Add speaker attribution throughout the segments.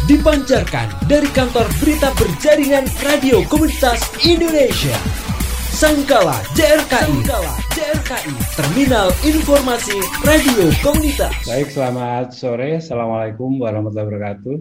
Speaker 1: dipancarkan dari kantor berita berjaringan Radio Komunitas Indonesia. Sangkala JRKI, Terminal Informasi Radio Komunitas.
Speaker 2: Baik, selamat sore. Assalamualaikum warahmatullahi wabarakatuh.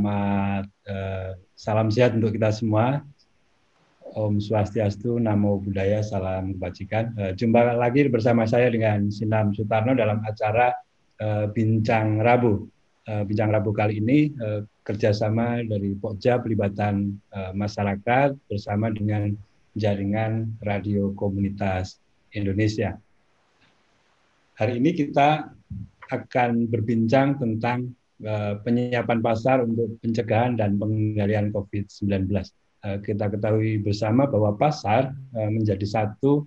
Speaker 2: Salam sehat untuk kita semua. Om Swastiastu, Namo Buddhaya, Salam Kebajikan. Jumpa lagi bersama saya dengan Sinam Sutarno dalam acara Bincang Rabu. Bincang Rabu kali ini kerjasama dari Pokja pelibatan masyarakat bersama dengan jaringan Radio Komunitas Indonesia. Hari ini kita akan berbincang tentang penyiapan pasar untuk pencegahan dan pengendalian COVID-19. Kita ketahui bersama bahwa pasar menjadi satu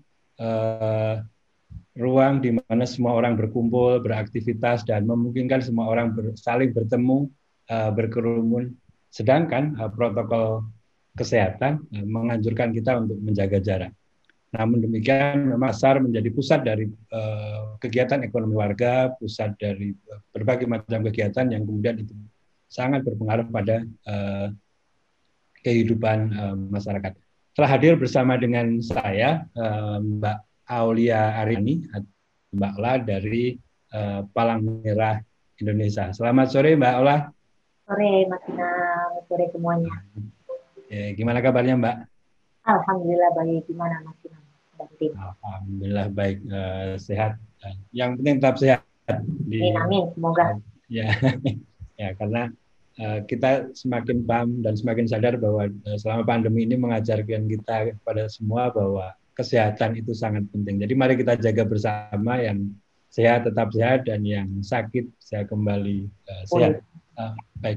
Speaker 2: ruang di mana semua orang berkumpul, beraktivitas, dan memungkinkan semua orang saling bertemu, berkerumun. Sedangkan protokol kesehatan menganjurkan kita untuk menjaga jarak. Namun demikian, pasar menjadi pusat dari kegiatan ekonomi warga, pusat dari berbagai macam kegiatan yang kemudian itu sangat berpengaruh pada kehidupan masyarakat. Telah hadir bersama dengan saya Mbak Aulia Aryani, Mbak Ola dari Palang Merah Indonesia. Selamat sore Mbak Ola.
Speaker 3: Sore Mas Sinam, sore semuanya.
Speaker 2: Gimana kabarnya Mbak?
Speaker 3: Alhamdulillah baik. Gimana Mas Sinam?
Speaker 2: Alhamdulillah baik, sehat. Yang penting tetap sehat.
Speaker 3: Amin, semoga.
Speaker 2: Ya, karena kita semakin paham dan semakin sadar bahwa selama pandemi ini mengajarkan kita kepada semua bahwa kesehatan itu sangat penting. Jadi mari kita jaga bersama, yang sehat tetap sehat dan yang sakit bisa kembali sehat. Baik,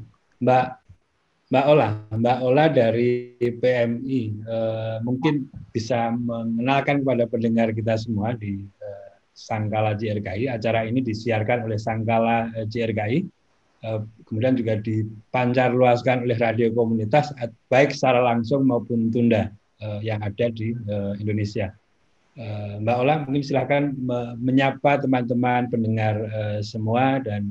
Speaker 2: Mbak Ola dari PMI, mungkin bisa mengenalkan kepada pendengar kita semua di Sangkala JRKI. Acara ini disiarkan oleh Sangkala JRKI, kemudian juga dipancarluaskan oleh radio komunitas baik secara langsung maupun tunda yang ada di Indonesia. Mbak Ola, mungkin silakan menyapa teman-teman pendengar semua dan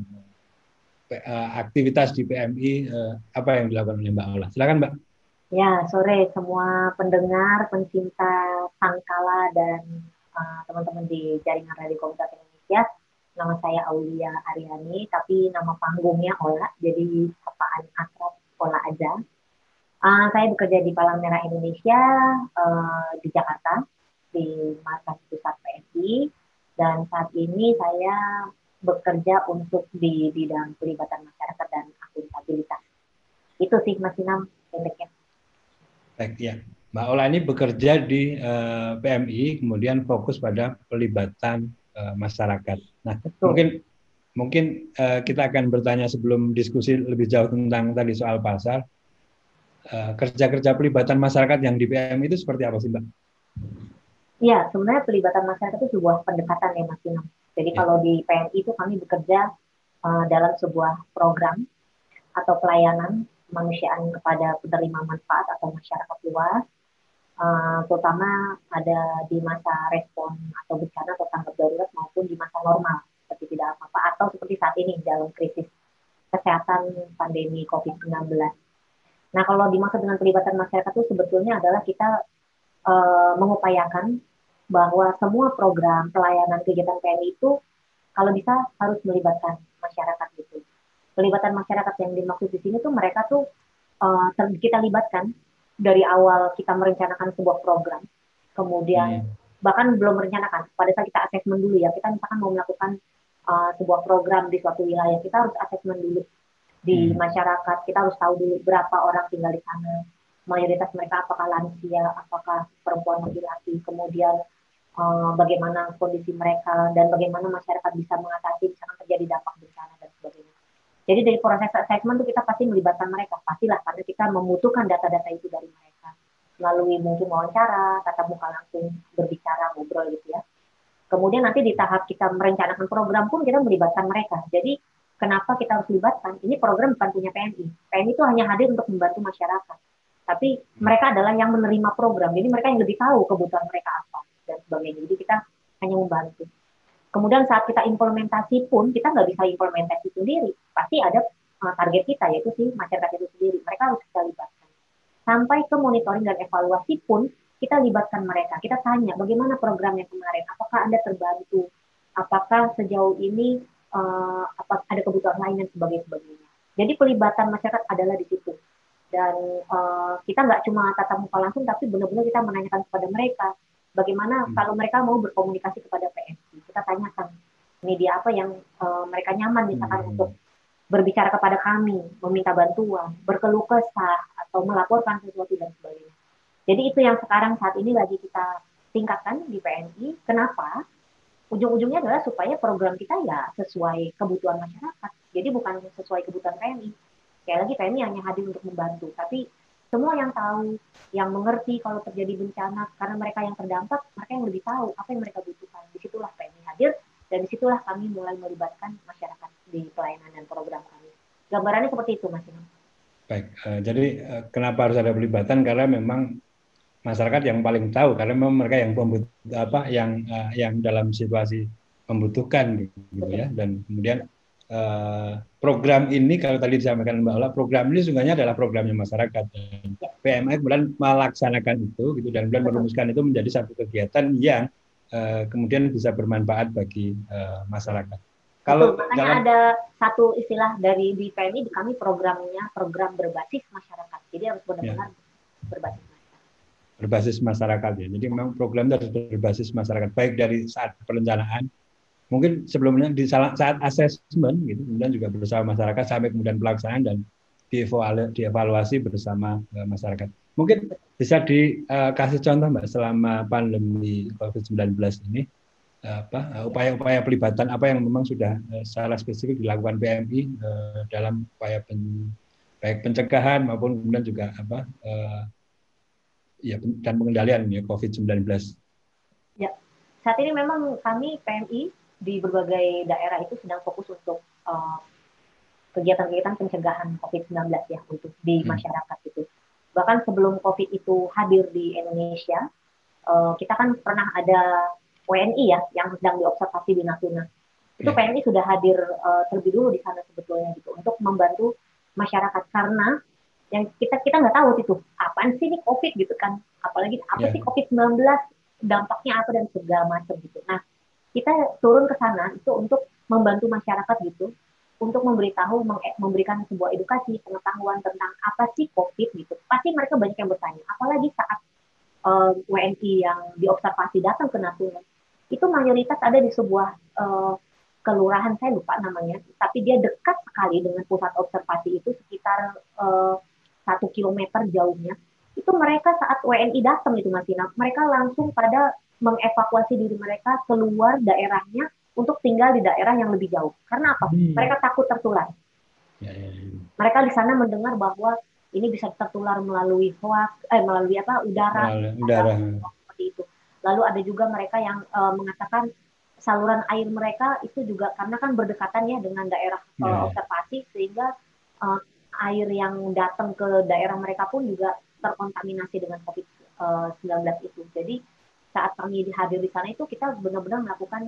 Speaker 2: aktivitas di PMI, apa yang dilakukan oleh Mbak Ola. Silakan Mbak.
Speaker 3: Ya, sore semua pendengar, pencinta Sangkala dan teman-teman di jaringan Radio Komunitas Indonesia. Nama saya Aulia Aryani, tapi nama panggungnya Ola, jadi sapaan akrab Ola aja. Saya bekerja di Palang Merah Indonesia di Jakarta, di markas pusat PMI, dan saat ini saya bekerja untuk di bidang pelibatan masyarakat dan akuntabilitas. Itu sih Mas Sinam pendeknya. Baik
Speaker 2: ya, Mbak Ola ini bekerja di PMI, kemudian fokus pada pelibatan masyarakat. Nah, mungkin kita akan bertanya sebelum diskusi lebih jauh tentang tadi soal pasar. Kerja-kerja pelibatan masyarakat yang di PMI itu seperti apa sih, Mbak?
Speaker 3: Ya, sebenarnya pelibatan masyarakat itu sebuah pendekatan ya, Mas Sinam. Jadi kalau di PMI itu kami bekerja dalam sebuah program atau pelayanan kemanusiaan kepada penerima manfaat atau masyarakat luas, terutama ada di masa respon atau bencana atau tanggap darurat maupun di masa normal seperti tidak apa-apa atau seperti saat ini dalam krisis kesehatan pandemi COVID-19. Nah, kalau dimaksud dengan pelibatan masyarakat itu sebetulnya adalah kita mengupayakan bahwa semua program pelayanan kegiatan PMI itu kalau bisa harus melibatkan masyarakat gitu. Pelibatan masyarakat yang dimaksud di sini tuh mereka tuh kita libatkan dari awal kita merencanakan sebuah program, kemudian bahkan belum merencanakan, pada saat kita asesmen dulu ya, kita misalkan mau melakukan sebuah program di suatu wilayah, kita harus asesmen dulu di masyarakat, kita harus tahu dulu berapa orang tinggal di sana, mayoritas mereka apakah lansia, apakah perempuan laki-laki, kemudian bagaimana kondisi mereka dan bagaimana masyarakat bisa mengatasi misalkan terjadi dampak bencana dan sebagainya. Jadi dari proses assessment itu kita pasti melibatkan mereka, pastilah karena kita membutuhkan data-data itu dari mereka melalui mungkin wawancara, tatap muka langsung, berbicara, ngobrol gitu ya. Kemudian nanti di tahap kita merencanakan program pun kita melibatkan mereka. Jadi kenapa kita harus libatkan? Ini program bukan punya PMI. PMI itu hanya hadir untuk membantu masyarakat. Tapi mereka adalah yang menerima program. Jadi mereka yang lebih tahu kebutuhan mereka apa dan sebagainya. Jadi kita hanya membantu. Kemudian saat kita implementasi pun, kita nggak bisa implementasi sendiri. Pasti ada target kita, yaitu si masyarakat itu sendiri. Mereka harus kita libatkan. Sampai ke monitoring dan evaluasi pun kita libatkan mereka. Kita tanya bagaimana programnya kemarin, apakah Anda terbantu, apakah sejauh ini ada kebutuhan lain dan sebagainya. Jadi pelibatan masyarakat adalah di situ. Dan kita nggak cuma tatap muka langsung, tapi benar-benar kita menanyakan kepada mereka bagaimana kalau mereka mau berkomunikasi kepada PMI. Kita tanyakan media apa yang mereka nyaman misalkan untuk berbicara kepada kami, meminta bantuan, berkeluh kesah, atau melaporkan sesuatu dan sebagainya. Jadi itu yang sekarang saat ini lagi kita tingkatkan di PMI. Kenapa? Ujung-ujungnya adalah supaya program kita ya sesuai kebutuhan masyarakat. Jadi bukan sesuai kebutuhan PMI. Sekali lagi PMI hanya hadir untuk membantu. Tapi semua yang tahu, yang mengerti kalau terjadi bencana, karena mereka yang terdampak, mereka yang lebih tahu apa yang mereka butuhkan. Disitulah PMI hadir, dan disitulah kami mulai melibatkan masyarakat di pelayanan dan program kami. Gambarannya seperti itu, Mas Imam.
Speaker 2: Baik, jadi kenapa harus ada pelibatan? Karena memang masyarakat yang paling tahu, karena memang mereka yang dalam situasi membutuhkan, gitu ya. Dan kemudian program ini, kalau tadi disampaikan Mbak Ola, program ini sesungguhnya adalah programnya masyarakat. Dan PMI kemudian melaksanakan itu, gitu, dan kemudian merumuskan itu menjadi satu kegiatan yang kemudian bisa bermanfaat bagi masyarakat.
Speaker 3: Kalau makanya ada satu istilah dari di PMI, kami programnya program berbasis masyarakat. Jadi harus benar-benar berbasis masyarakat.
Speaker 2: Berbasis masyarakat ya. Jadi memang program itu harus berbasis masyarakat, baik dari saat perencanaan, mungkin sebelumnya di saat asesmen, gitu, kemudian juga bersama masyarakat sampai kemudian pelaksanaan dan dievaluasi bersama masyarakat. Mungkin bisa dikasih contoh, Mbak, selama pandemi COVID-19 ini, upaya-upaya pelibatan apa yang memang sudah secara spesifik dilakukan PMI dalam upaya baik pencegahan maupun kemudian juga dan pengendalian ya, COVID-19.
Speaker 3: Ya, saat ini memang kami PMI di berbagai daerah itu sedang fokus untuk kegiatan-kegiatan pencegahan COVID-19 ya untuk di masyarakat itu. Bahkan sebelum COVID itu hadir di Indonesia, kita kan pernah ada WNI ya yang sedang diobservasi di Natuna. Itu PMI sudah hadir terlebih dulu di sana sebetulnya gitu untuk membantu masyarakat, karena yang kita nggak tahu itu apaan sih ini COVID gitu kan, apalagi apa sih COVID-19, dampaknya apa dan segala macam gitu. Nah, kita turun ke sana itu untuk membantu masyarakat gitu, untuk memberitahu, memberikan sebuah edukasi, pengetahuan tentang apa sih COVID gitu. Pasti mereka banyak yang bertanya, apalagi saat WNI yang diobservasi datang ke Natuna, itu mayoritas ada di sebuah kelurahan, saya lupa namanya, tapi dia dekat sekali dengan pusat observasi itu, sekitar 1 kilometer jauhnya. Itu mereka saat WNI datang itu Mas Ina, mereka langsung pada mengevakuasi diri mereka keluar daerahnya untuk tinggal di daerah yang lebih jauh. Karena apa? Mereka takut tertular. Mereka di sana mendengar bahwa ini bisa tertular melalui udara. Seperti itu. Lalu ada juga mereka yang mengatakan saluran air mereka itu juga karena kan berdekatan ya dengan daerah observasi, sehingga air yang datang ke daerah mereka pun juga terkontaminasi dengan COVID-19 itu. Jadi saat kami hadir di sana itu kita benar-benar melakukan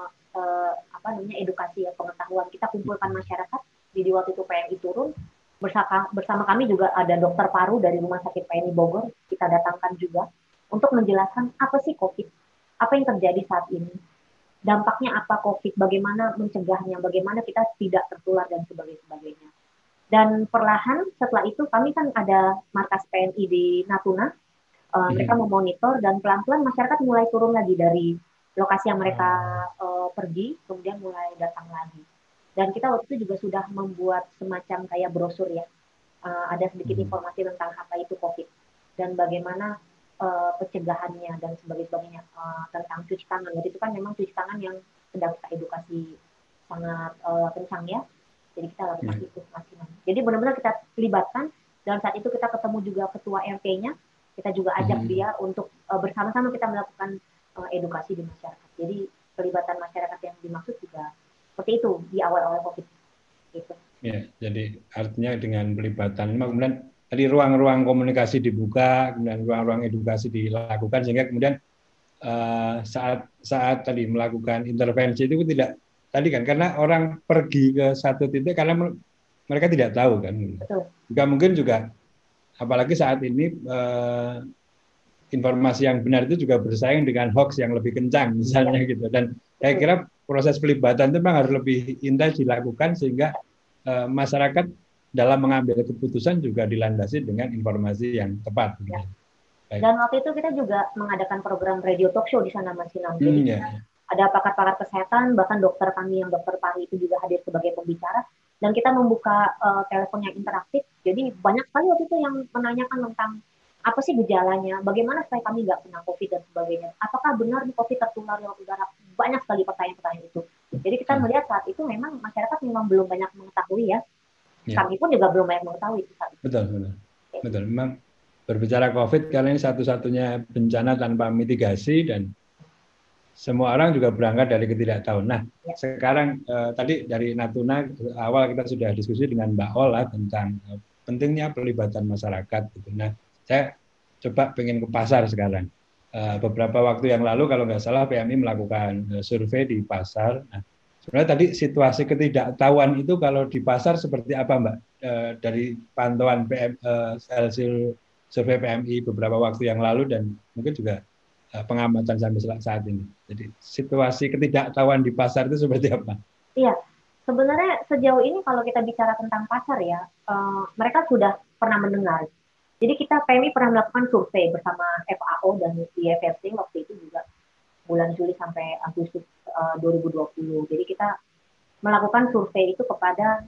Speaker 3: edukasi ya, pengetahuan. Kita kumpulkan masyarakat. Di waktu itu PMI turun bersama kami juga ada dokter paru dari Rumah Sakit PMI Bogor, kita datangkan juga untuk menjelaskan apa sih COVID, apa yang terjadi saat ini, dampaknya apa COVID, bagaimana mencegahnya, bagaimana kita tidak tertular dan sebagainya. Dan perlahan setelah itu kami kan ada markas PMI di Natuna, mereka memonitor dan pelan-pelan masyarakat mulai turun lagi dari lokasi yang mereka pergi, kemudian mulai datang lagi. Dan kita waktu itu juga sudah membuat semacam kayak brosur ya, ada sedikit informasi tentang apa itu COVID dan bagaimana pencegahannya dan sebagainya, tentang cuci tangan. Jadi itu kan memang cuci tangan yang sedang kita edukasi sangat kencang ya. Jadi kita lakukan itu maksimal. Jadi benar-benar kita libatkan, dan saat itu kita ketemu juga ketua RT-nya, kita juga ajak dia untuk bersama-sama kita melakukan edukasi di masyarakat. Jadi pelibatan masyarakat yang dimaksud juga seperti itu di awal-awal COVID. Gitu. Ya,
Speaker 2: jadi artinya dengan pelibatan, kemudian tadi ruang-ruang komunikasi dibuka, kemudian ruang-ruang edukasi dilakukan, sehingga kemudian saat tadi melakukan intervensi itu tidak tadi kan, karena orang pergi ke satu titik karena mereka tidak tahu kan.
Speaker 3: Betul.
Speaker 2: Juga mungkin juga apalagi saat ini informasi yang benar itu juga bersaing dengan hoax yang lebih kencang misalnya gitu. Dan saya kira proses pelibatan itu memang harus lebih intens dilakukan sehingga masyarakat dalam mengambil keputusan juga dilandasi dengan informasi yang tepat.
Speaker 3: Ya. Dan waktu itu kita juga mengadakan program radio talk show di sana Mas Sinam. Jadi ada pakar-pakar kesehatan, bahkan dokter kami yang dokter Pari itu juga hadir sebagai pembicara. Dan kita membuka telepon yang interaktif. Jadi banyak sekali waktu itu yang menanyakan tentang apa sih gejalanya, bagaimana supaya kami nggak kena COVID dan sebagainya. Apakah benar nih COVID tertular lewat udara? Banyak sekali pertanyaan-pertanyaan itu. Jadi kita melihat saat itu memang masyarakat memang belum banyak mengetahui ya. Kami pun juga belum banyak mengetahui saat itu.
Speaker 2: Betul. Memang berbicara COVID karena ini satu-satunya bencana tanpa mitigasi dan semua orang juga berangkat dari ketidaktahuan. Nah, sekarang tadi dari Natuna awal kita sudah diskusi dengan Mbak Ola tentang pentingnya pelibatan masyarakat. Gitu. Nah, saya coba pengen ke pasar sekarang. Beberapa waktu yang lalu kalau nggak salah PMI melakukan survei di pasar. Nah, sebenarnya tadi situasi ketidaktahuan itu kalau di pasar seperti apa Mbak? Dari pantauan hasil survei PMI beberapa waktu yang lalu dan mungkin juga pengamatan sampai saat ini. Jadi situasi ketidaktahuan di pasar itu seperti apa?
Speaker 3: Iya, sebenarnya sejauh ini kalau kita bicara tentang pasar ya, mereka sudah pernah mendengar. Jadi kita PMI pernah melakukan survei bersama FAO dan IFRC waktu itu juga bulan Juli sampai Agustus 2020. Jadi kita melakukan survei itu kepada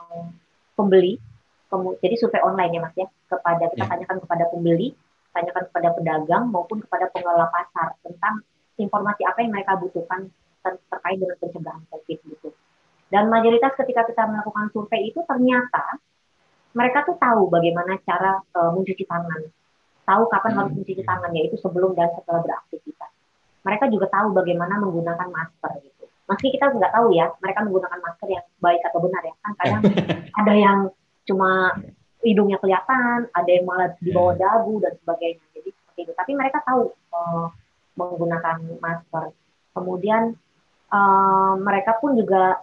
Speaker 3: pembeli, jadi survei online ya Mas ya, kepada kita tanyakan kepada pembeli, tanyakan kepada pedagang maupun kepada pengelola pasar tentang informasi apa yang mereka butuhkan terkait dengan pencegahan COVID gitu. Dan mayoritas ketika kita melakukan survei itu ternyata mereka tuh tahu bagaimana cara mencuci tangan, tahu kapan harus mencuci tangan, yaitu sebelum dan setelah beraktivitas. Mereka juga tahu bagaimana menggunakan masker gitu. Meski kita nggak tahu ya, mereka menggunakan masker yang baik atau benar ya. Kan kadang ada yang cuma hidungnya kelihatan, ada yang malah di bawah dagu dan sebagainya. Jadi seperti itu. Tapi mereka tahu menggunakan masker. Kemudian mereka pun juga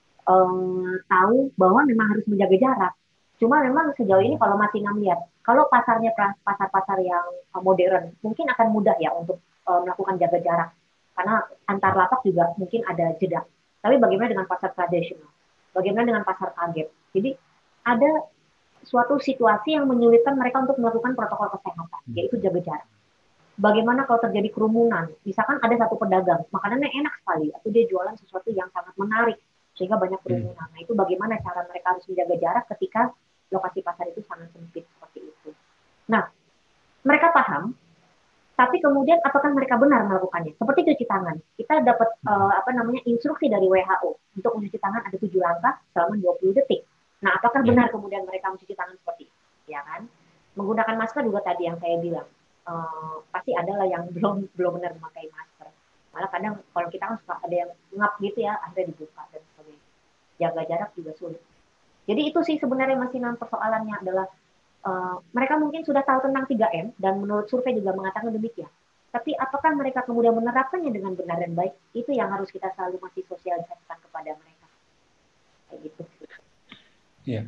Speaker 3: tahu bahwa memang harus menjaga jarak. Cuma memang sejauh ini kalau masih ngelihat, kalau pasarnya pasar-pasar yang modern, mungkin akan mudah ya untuk melakukan jaga jarak. Karena antar lapak juga mungkin ada jeda. Tapi bagaimana dengan pasar tradisional? Bagaimana dengan pasar kaget? Jadi ada suatu situasi yang menyulitkan mereka untuk melakukan protokol kesehatan, yaitu jaga jarak. Bagaimana kalau terjadi kerumunan? Misalkan ada satu pedagang, makanannya enak sekali, atau dia jualan sesuatu yang sangat menarik, sehingga banyak kerumunan. Nah, itu bagaimana cara mereka harus menjaga jarak ketika lokasi pasar itu sangat sempit seperti itu. Nah, mereka paham, tapi kemudian apakah mereka benar melakukannya? Seperti cuci tangan. Kita dapat instruksi dari WHO untuk mencuci tangan ada 7 langkah selama 20 detik. Nah, apakah benar kemudian mereka mencuci tangan seperti itu? Ya kan? Menggunakan masker juga tadi yang saya bilang. Pasti ada lah yang belum benar memakai masker. Malah kadang kalau kita kan suka ada yang ngap gitu ya, akhirnya dibuka dan sebagainya. Jaga jarak juga sulit. Jadi itu sih sebenarnya masih persoalannya adalah mereka mungkin sudah tahu tentang 3M dan menurut survei juga mengatakan demikian. Tapi apakah mereka kemudian menerapkannya dengan benar dan baik? Itu yang harus kita selalu masih sosialisasikan kepada mereka. Kayak gitu.
Speaker 2: Iya.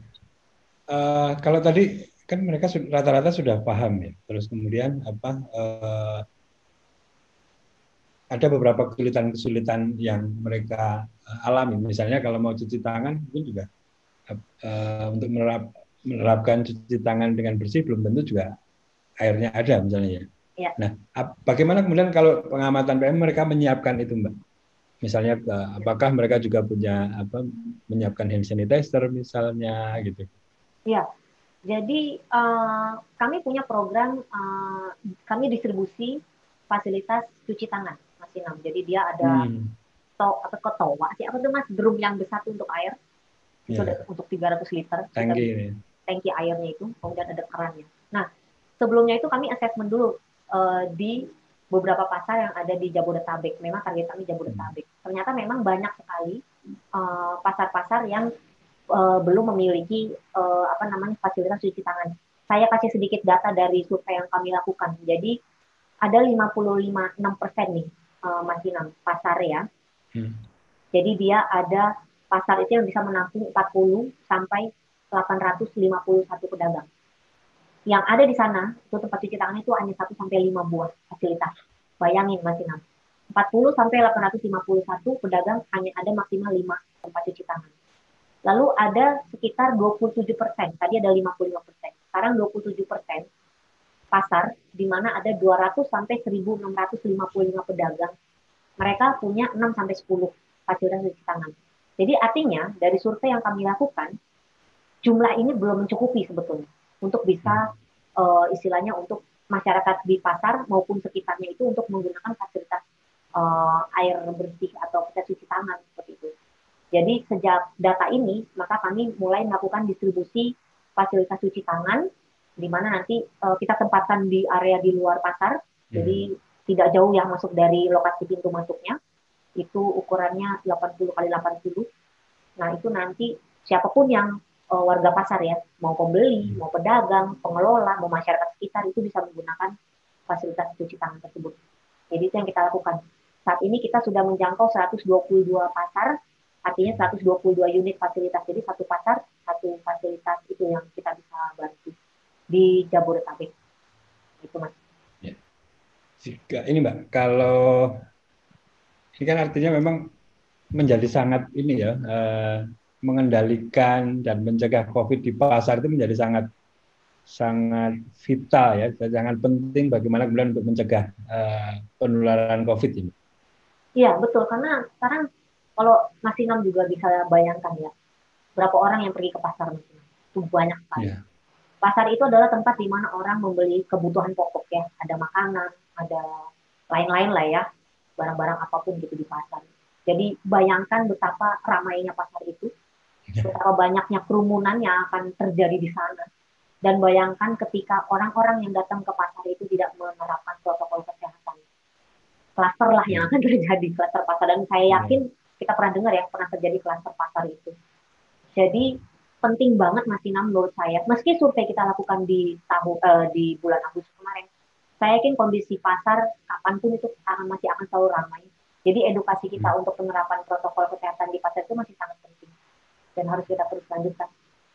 Speaker 2: Kalau tadi kan mereka rata-rata sudah paham ya. Terus kemudian ada beberapa kesulitan yang mereka alami. Misalnya kalau mau cuci tangan mungkin juga untuk menerapkan cuci tangan dengan bersih belum tentu juga airnya ada misalnya ya.
Speaker 3: Ya.
Speaker 2: Nah, bagaimana kemudian kalau pengamatan PM mereka menyiapkan itu Mbak? Misalnya apakah mereka juga punya menyiapkan hand sanitizer misalnya gitu?
Speaker 3: Ya. Jadi kami punya program kami distribusi fasilitas cuci tangan Mas Sinam. Jadi dia ada toa sih apa tuh Mas, drum yang besar untuk air. Itu untuk 300 liter. Tangki airnya itu, kemudian ada kerannya. Nah, sebelumnya itu kami assessment dulu di beberapa pasar yang ada di Jabodetabek. Memang target kami Jabodetabek. Ternyata memang banyak sekali pasar-pasar yang belum memiliki fasilitas cuci tangan. Saya kasih sedikit data dari survei yang kami lakukan. Jadi ada 55,6% nih Mas Sinam pasar ya. Jadi dia ada pasar itu yang bisa menampung 40 sampai 851 pedagang. Yang ada di sana, itu tempat cuci tangan itu hanya 1 sampai 5 buah fasilitas. Bayangin Mas Inam. 40 sampai 851 pedagang hanya ada maksimal 5 tempat cuci tangan. Lalu ada sekitar 27%, tadi ada 55%. Sekarang 27% pasar di mana ada 200 sampai 1.655 pedagang. Mereka punya 6 sampai 10 fasilitas cuci tangan. Jadi artinya dari survei yang kami lakukan, jumlah ini belum mencukupi sebetulnya untuk bisa istilahnya untuk masyarakat di pasar maupun sekitarnya itu untuk menggunakan fasilitas air bersih atau kita cuci tangan seperti itu. Jadi sejak data ini, maka kami mulai melakukan distribusi fasilitas cuci tangan, di mana nanti kita tempatkan di area di luar pasar, jadi tidak jauh yang masuk dari lokasi pintu masuknya, itu ukurannya 80 kali 80. Nah itu nanti siapapun yang warga pasar ya, mau pembeli, mau pedagang, pengelola, mau masyarakat sekitar itu bisa menggunakan fasilitas cuci tangan tersebut. Jadi itu yang kita lakukan. Saat ini kita sudah menjangkau 122 pasar, artinya 122 unit fasilitas. Jadi satu pasar, satu fasilitas itu yang kita bisa bantu di Jabodetabek. Itu Mas.
Speaker 2: Ya. Jika ini Mbak, kalau ini kan artinya memang menjadi sangat ini ya, mengendalikan dan mencegah COVID di pasar itu menjadi sangat vital ya, sangat penting bagaimana kemudian untuk mencegah penularan COVID ini.
Speaker 3: Iya betul, karena sekarang kalau Mas Inam juga bisa bayangkan ya, berapa orang yang pergi ke pasar Mas Inam, itu banyak sekali. Yeah. Pasar itu adalah tempat di mana orang membeli kebutuhan pokok ya, ada makanan, ada lain-lain lah ya, barang-barang apapun gitu di pasar. Jadi bayangkan betapa ramainya pasar itu, betapa banyaknya kerumunan yang akan terjadi di sana. Dan bayangkan ketika orang-orang yang datang ke pasar itu tidak menerapkan protokol kesehatan. Klaster lah yang akan terjadi, klaster pasar. Dan saya yakin kita pernah dengar ya, pernah terjadi klaster pasar itu. Jadi penting banget Mas Inam menurut saya. Meski survei kita lakukan di bulan Agustus kemarin, saya yakin kondisi pasar kapanpun itu masih akan selalu ramai. Jadi edukasi kita untuk penerapan protokol kesehatan di pasar itu masih sangat penting dan harus kita terus lanjutkan.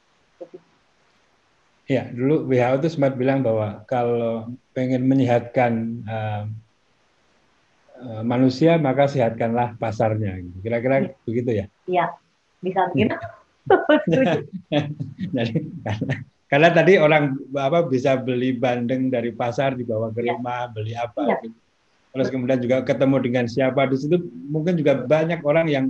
Speaker 2: Ya, dulu WHO itu sempat bilang bahwa kalau pengen menyehatkan manusia maka sehatkanlah pasarnya. Kira-kira begitu ya?
Speaker 3: Iya, bisa begitu.
Speaker 2: Jadi, karena tadi orang bisa beli bandeng dari pasar dibawa ke rumah, beli apa gitu. Terus kemudian juga ketemu dengan siapa di situ, mungkin juga banyak orang yang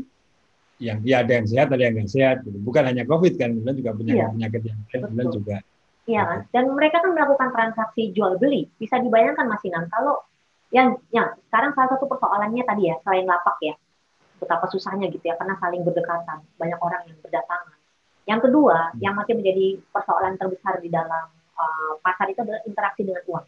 Speaker 2: ya ada yang sehat, ada yang nggak sehat gitu. Bukan hanya COVID kan, kemudian juga penyakit yang lain kemudian juga.
Speaker 3: Iya kan, dan mereka kan melakukan transaksi jual beli. Bisa dibayangkan Mas Inam, kalau yang sekarang salah satu persoalannya tadi ya, selain lapak ya, betapa susahnya gitu ya, karena saling berdekatan, banyak orang yang berdatangan. Yang kedua, yang masih menjadi persoalan terbesar di dalam pasar itu adalah interaksi dengan uang.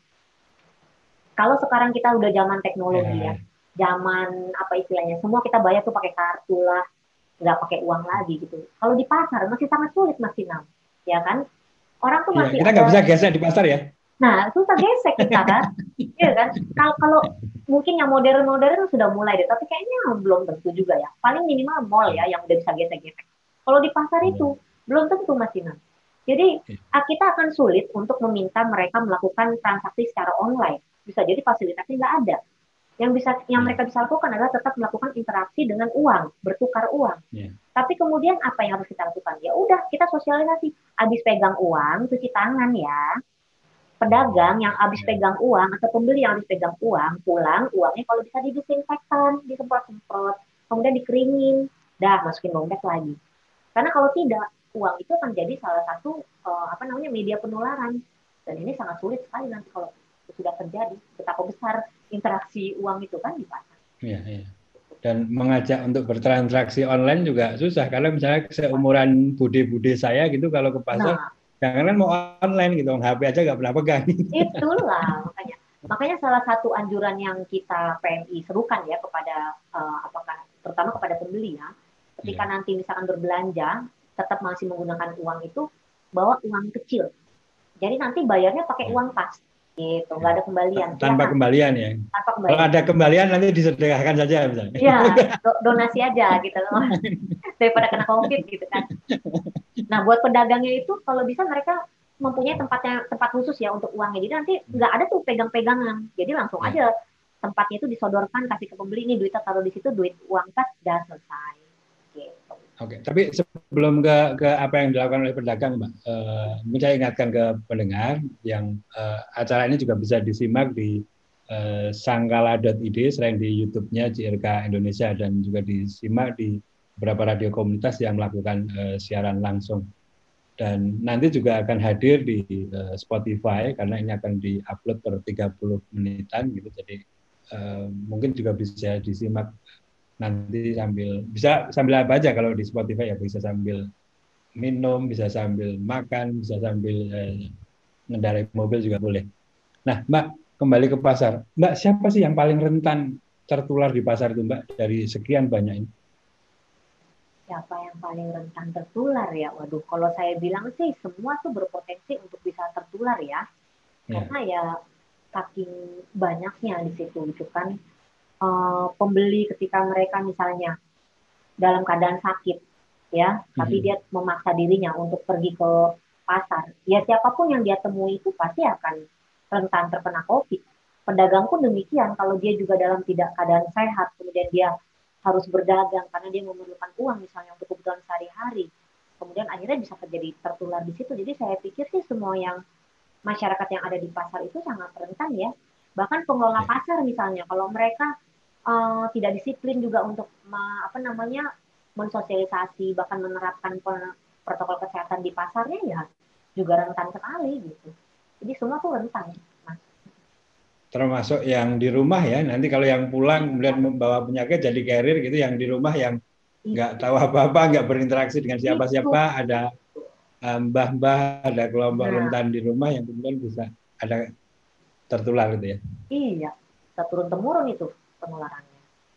Speaker 3: Kalau sekarang kita udah zaman teknologi ya, zaman apa istilahnya, semua kita bayar tuh pakai kartu lah, nggak pakai uang lagi gitu. Kalau di pasar masih sangat sulit Mas Inam, ya kan? Orang tuh masih
Speaker 2: kita nggak bisa gesek di pasar ya.
Speaker 3: Nah, susah gesek kita kan, ya kan? Kalau mungkin yang modern sudah mulai deh, tapi kayaknya belum tentu juga ya. Paling minimal mall ya yang udah bisa gesek-gesek. Kalau di pasar itu belum tentu Mas Inam. Jadi kita akan sulit untuk meminta mereka melakukan transaksi secara online. Bisa jadi fasilitasnya nggak ada. Yang mereka bisa lakukan adalah tetap melakukan interaksi dengan uang, bertukar uang. Tapi kemudian apa yang harus kita lakukan? Ya udah, kita sosialisasi. Habis pegang uang, cuci tangan ya. Pedagang yang habis pegang uang atau pembeli yang habis pegang uang, pulang uangnya kalau bisa didesinfektan, disemprot-semprot, kemudian dikeringin, masukin dompet lagi. Karena kalau tidak, uang itu akan jadi salah satu media penularan. Dan ini sangat sulit sekali nanti kalau sudah terjadi, betapa besar interaksi uang itu kan di pasar.
Speaker 2: Iya. Dan mengajak untuk bertransaksi online juga susah. Kalau misalnya seumuran bude-bude saya gitu, kalau ke pasar, jangan kan mau online gitu, HP aja nggak pernah pegang.
Speaker 3: Itulah makanya salah satu anjuran yang kita PMI serukan ya kepada terutama kepada pembeli ya, ketika nanti misalkan berbelanja tetap masih menggunakan uang itu, bawa uang kecil. Jadi nanti bayarnya pakai uang pas. gitu, nggak ada kembalian.
Speaker 2: Tanpa kembalian ya.
Speaker 3: Tanpa
Speaker 2: Kalau
Speaker 3: kembalian.
Speaker 2: ada kembalian nanti disedekahkan saja misalnya.
Speaker 3: Iya, donasi aja gitu loh. Daripada kena COVID gitu kan. Nah, buat pedagangnya itu kalau bisa mereka mempunyai tempat khusus ya untuk uangnya. Jadi nanti nggak ada tuh pegang-pegangan. Jadi langsung aja tempatnya itu disodorkan, kasih ke pembeli, ini duitnya taruh di situ, duit uang kas, udah selesai. Gitu.
Speaker 2: Oke, tapi sebelum ke apa yang dilakukan oleh pedagang, Mbak, mungkin saya ingatkan ke pendengar yang acara ini juga bisa disimak di sangkala.id, selain di YouTube-nya JRK Indonesia, dan juga disimak di beberapa radio komunitas yang melakukan siaran langsung. Dan nanti juga akan hadir di Spotify karena ini akan diupload per 30 menitan gitu. Jadi mungkin juga bisa disimak nanti bisa sambil apa aja kalau di Spotify ya, bisa sambil minum, bisa sambil makan, bisa sambil mengendarai mobil juga boleh. Nah, Mbak, kembali ke pasar. Mbak, siapa sih yang paling rentan tertular di pasar itu, Mbak, dari sekian banyak ini?
Speaker 3: Siapa yang paling rentan tertular ya? Waduh, kalau saya bilang sih semua tuh berpotensi untuk bisa tertular ya. Karena ya saking banyaknya di situ gitu kan. Pembeli ketika mereka misalnya dalam keadaan sakit ya, tapi dia memaksa dirinya untuk pergi ke pasar, ya siapapun yang dia temui itu pasti akan rentan terkena COVID. Pedagang pun demikian, kalau dia juga dalam tidak keadaan sehat, kemudian dia harus berdagang karena dia memerlukan uang misalnya untuk kebutuhan sehari-hari, kemudian akhirnya bisa terjadi tertular di situ. Jadi saya pikir sih semua yang masyarakat yang ada di pasar itu sangat rentan ya. Bahkan pengelola pasar misalnya, kalau mereka tidak disiplin juga untuk mensosialisasi bahkan menerapkan protokol kesehatan di pasarnya ya juga rentan sekali gitu. Jadi semua tuh rentan, Mas.
Speaker 2: Termasuk yang di rumah ya. Nanti kalau yang pulang kemudian membawa penyakit jadi carrier gitu, yang di rumah yang nggak tahu apa-apa, nggak berinteraksi dengan siapa-siapa, ada mbah-mbah, ada kelompok rentan di rumah yang kemudian bisa ada tertular gitu ya.
Speaker 3: Iya, bisa turun-temurun itu penularannya.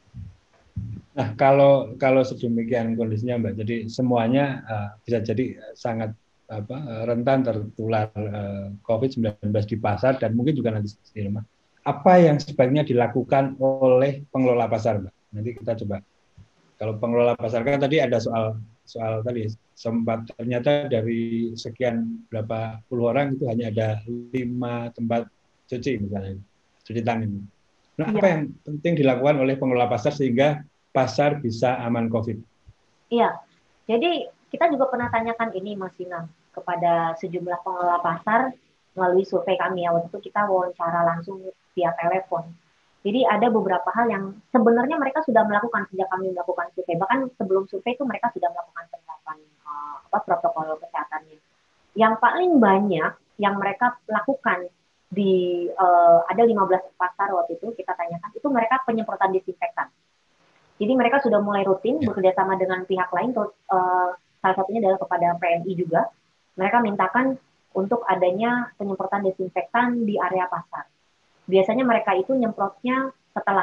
Speaker 2: Nah, kalau sedemikian kondisinya, Mbak, jadi semuanya bisa jadi sangat rentan tertular COVID-19 di pasar dan mungkin juga nanti di rumah. Apa yang sebaiknya dilakukan oleh pengelola pasar, Mbak? Nanti kita coba. Kalau pengelola pasar kan tadi ada soal tadi sempat ternyata dari sekian berapa puluh orang itu hanya ada 5 tempat cuci misalnya, cuci tangan. Nah, apa yang penting dilakukan oleh pengelola pasar sehingga pasar bisa aman COVID?
Speaker 3: Iya, jadi kita juga pernah tanyakan ini Mas Sinam kepada sejumlah pengelola pasar melalui survei kami ya. Waktu itu kita wawancara langsung via telepon. Jadi ada beberapa hal yang sebenarnya mereka sudah melakukan sejak kami melakukan survei. Bahkan sebelum survei itu mereka sudah melakukan penerapan protokol kesehatannya. Yang paling banyak yang mereka lakukan di ada 15 pasar waktu itu kita tanyakan, itu mereka penyemprotan disinfektan. Jadi mereka sudah mulai rutin bekerja sama dengan pihak lain, salah satunya adalah kepada PMI juga. Mereka mintakan untuk adanya penyemprotan desinfektan di area pasar. Biasanya mereka itu nyemprotnya setelah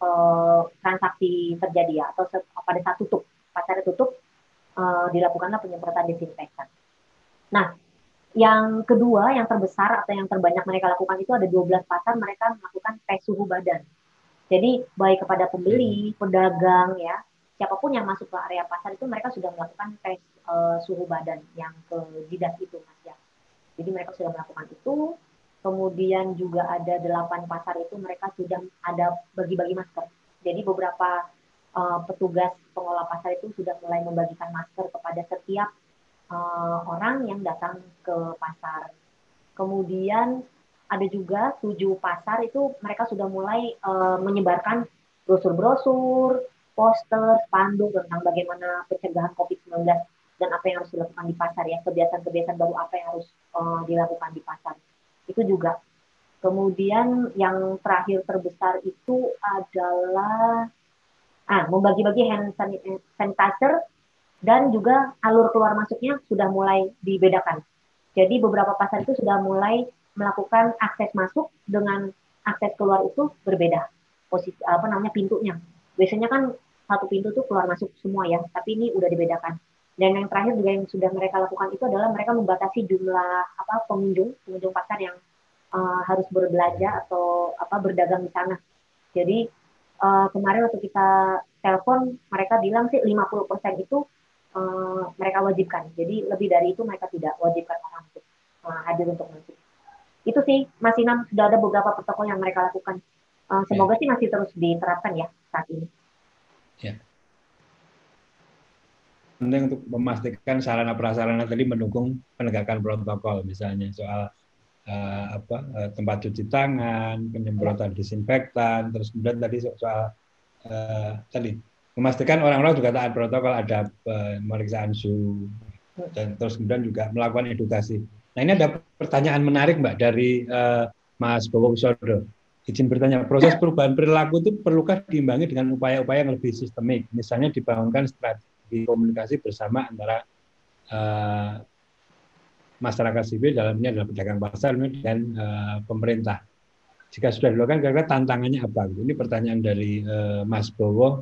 Speaker 3: transaksi terjadi ya, atau pada saat tutup, pasar tutup, dilakukanlah penyemprotan desinfektan. Nah, yang kedua, yang terbesar atau yang terbanyak mereka lakukan itu ada 12 pasar mereka melakukan tes suhu badan. Jadi baik kepada pembeli, pedagang ya, siapapun yang masuk ke area pasar itu mereka sudah melakukan tes suhu badan yang ke jidat itu Mas ya. Jadi mereka sudah melakukan itu. Kemudian juga ada 8 pasar itu mereka sudah ada bagi-bagi masker. Jadi beberapa petugas pengelola pasar itu sudah mulai membagikan masker kepada setiap orang yang datang ke pasar. Kemudian ada juga 7 pasar itu mereka sudah mulai menyebarkan brosur-brosur, poster, spanduk tentang bagaimana pencegahan COVID-19 dan apa yang harus dilakukan di pasar ya, kebiasaan-kebiasaan baru apa yang harus dilakukan di pasar. Itu juga. Kemudian yang terakhir terbesar itu adalah membagi-bagi hand sanitizer dan juga alur keluar masuknya sudah mulai dibedakan. Jadi beberapa pasar itu sudah mulai melakukan akses masuk dengan akses keluar itu berbeda. Posisi pintunya. Biasanya kan satu pintu tuh keluar masuk semua ya, tapi ini udah dibedakan. Dan yang terakhir juga yang sudah mereka lakukan itu adalah mereka membatasi jumlah pengunjung pasar yang harus berbelanja atau berdagang di sana. Jadi kemarin waktu kita telepon, mereka bilang sih 50% itu mereka wajibkan. Jadi lebih dari itu mereka tidak wajibkan orang untuk hadir untuk masuk. Itu sih, Mas Inam, sudah ada beberapa protokol yang mereka lakukan. Semoga sih masih terus diterapkan ya saat ini.
Speaker 2: Ya. Penting untuk memastikan sarana prasarana tadi mendukung penegakan protokol, misalnya soal tempat cuci tangan, penyemprotan disinfektan, terus kemudian tadi soal tadi memastikan orang-orang juga taat protokol, ada pemeriksaan suhu, dan terus kemudian juga melakukan edukasi. Nah, ini ada pertanyaan menarik, Mbak, dari Mas Bowo Wisodo. Izin bertanya, proses perubahan perilaku itu perlukah diimbangi dengan upaya-upaya yang lebih sistemik, misalnya dibangunkan strategi komunikasi bersama antara masyarakat sipil, dalamnya adalah pedagang pasar dan pemerintah. Jika sudah dilakukan, kira-kira tantangannya apa? Ini pertanyaan dari Mas Bowo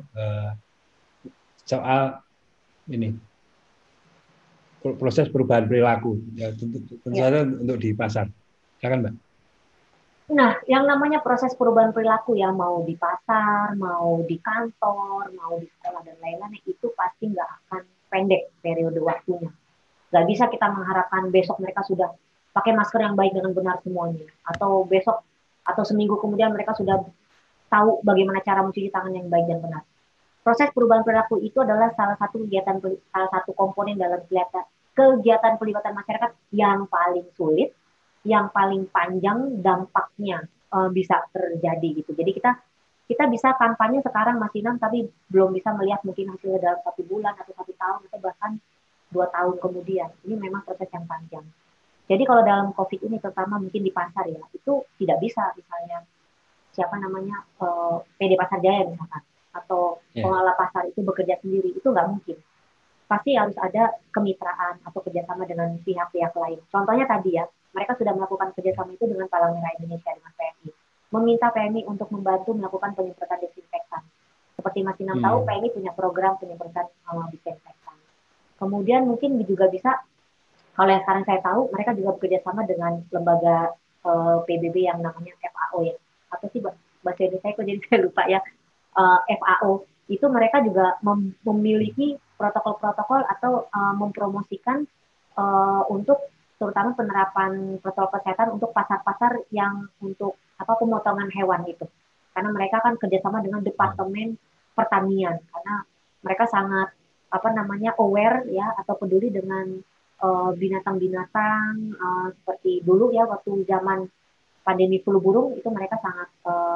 Speaker 2: soal ini proses perubahan perilaku, ya, tentu saja untuk di pasar. Silakan, Mbak.
Speaker 3: Nah, yang namanya proses perubahan perilaku ya, mau di pasar, mau di kantor, mau di sekolah dan lain-lain, itu pasti nggak akan pendek periode waktunya. Nggak bisa kita mengharapkan besok mereka sudah pakai masker yang baik dengan benar semuanya, atau besok atau seminggu kemudian mereka sudah tahu bagaimana cara mencuci tangan yang baik dan benar. Proses perubahan perilaku itu adalah salah satu komponen dalam kegiatan pelibatan masyarakat yang paling sulit, yang paling panjang dampaknya bisa terjadi gitu. Jadi kita bisa kampanye sekarang Mas Inam, tapi belum bisa melihat mungkin hasilnya dalam 1 bulan atau 1 tahun atau bahkan 2 tahun kemudian. Ini memang proses yang panjang. Jadi kalau dalam COVID ini terutama mungkin di pasar ya, itu tidak bisa misalnya PD Pasar Jaya misalkan, atau pengelola pasar itu bekerja sendiri, itu nggak mungkin. Pasti harus ada kemitraan atau kerjasama dengan pihak-pihak lain. Contohnya tadi ya, mereka sudah melakukan kerjasama itu dengan Palang Merah Indonesia, dengan PMI. Meminta PMI untuk membantu melakukan penyemprotan disinfektan. Seperti Mas Inam tahu, PMI punya program penyemprotan disinfektan. Kemudian mungkin juga bisa, kalau yang sekarang saya tahu, mereka juga bekerjasama dengan lembaga PBB yang namanya FAO ya. Apa sih bahasa Indonesia kok jadi saya lupa ya. FAO itu mereka juga memiliki protokol-protokol atau mempromosikan untuk terutama penerapan protokol kesehatan untuk pasar-pasar yang untuk pemotongan hewan itu. Karena mereka kan kerjasama dengan Departemen Pertanian, karena mereka sangat aware ya atau peduli dengan binatang-binatang seperti dulu ya waktu zaman pandemi flu burung itu mereka sangat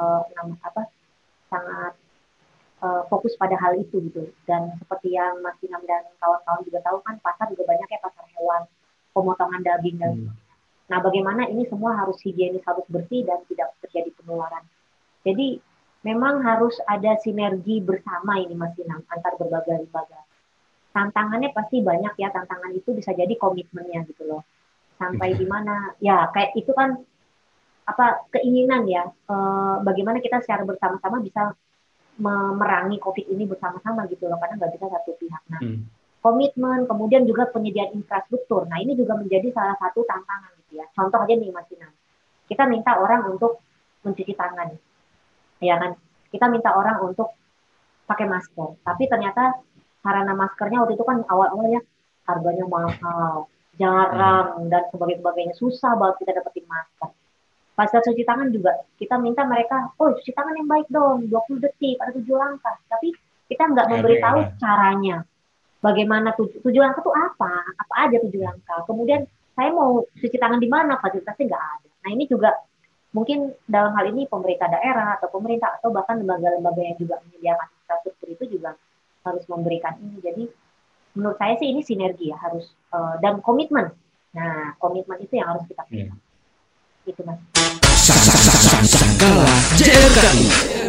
Speaker 3: fokus pada hal itu gitu. Dan seperti yang Mas Inam dan kawan-kawan juga tahu kan, pasar juga banyak ya pasar hewan, pemotongan daging dan nah bagaimana ini semua harus higienis, harus bersih dan tidak terjadi penularan. Jadi memang harus ada sinergi bersama ini Mas Inam antar berbagai lembaga. Tantangannya pasti banyak ya, tantangan itu bisa jadi komitmennya gitu loh. Sampai di mana ya kayak itu kan keinginan ya, bagaimana kita secara bersama-sama bisa memerangi COVID ini bersama-sama gitu loh, karena nggak bisa satu pihak. Nah, komitmen, kemudian juga penyediaan infrastruktur. Nah, ini juga menjadi salah satu tantangan gitu ya. Contoh aja nih Mas Inam, kita minta orang untuk mencuci tangan, ya kan? Kita minta orang untuk pakai masker, tapi ternyata sarana maskernya waktu itu kan awal-awalnya harganya mahal, jarang dan sebagainya, susah banget kita dapetin masker. Pas cuci tangan juga, kita minta mereka, cuci tangan yang baik dong, 20 detik, ada 7 langkah. Tapi kita nggak memberitahu caranya. Bagaimana 7 langkah itu apa aja 7 langkah. Kemudian saya mau cuci tangan di mana, fasilitasnya nggak ada. Nah ini juga mungkin dalam hal ini pemerintah daerah atau pemerintah atau bahkan lembaga-lembaga yang juga menyediakan infrastruktur itu juga harus memberikan ini. Jadi menurut saya sih ini sinergi ya, harus dan komitmen. Nah komitmen itu yang harus kita pilih. Itu Mas.
Speaker 1: Sangkala JRKI.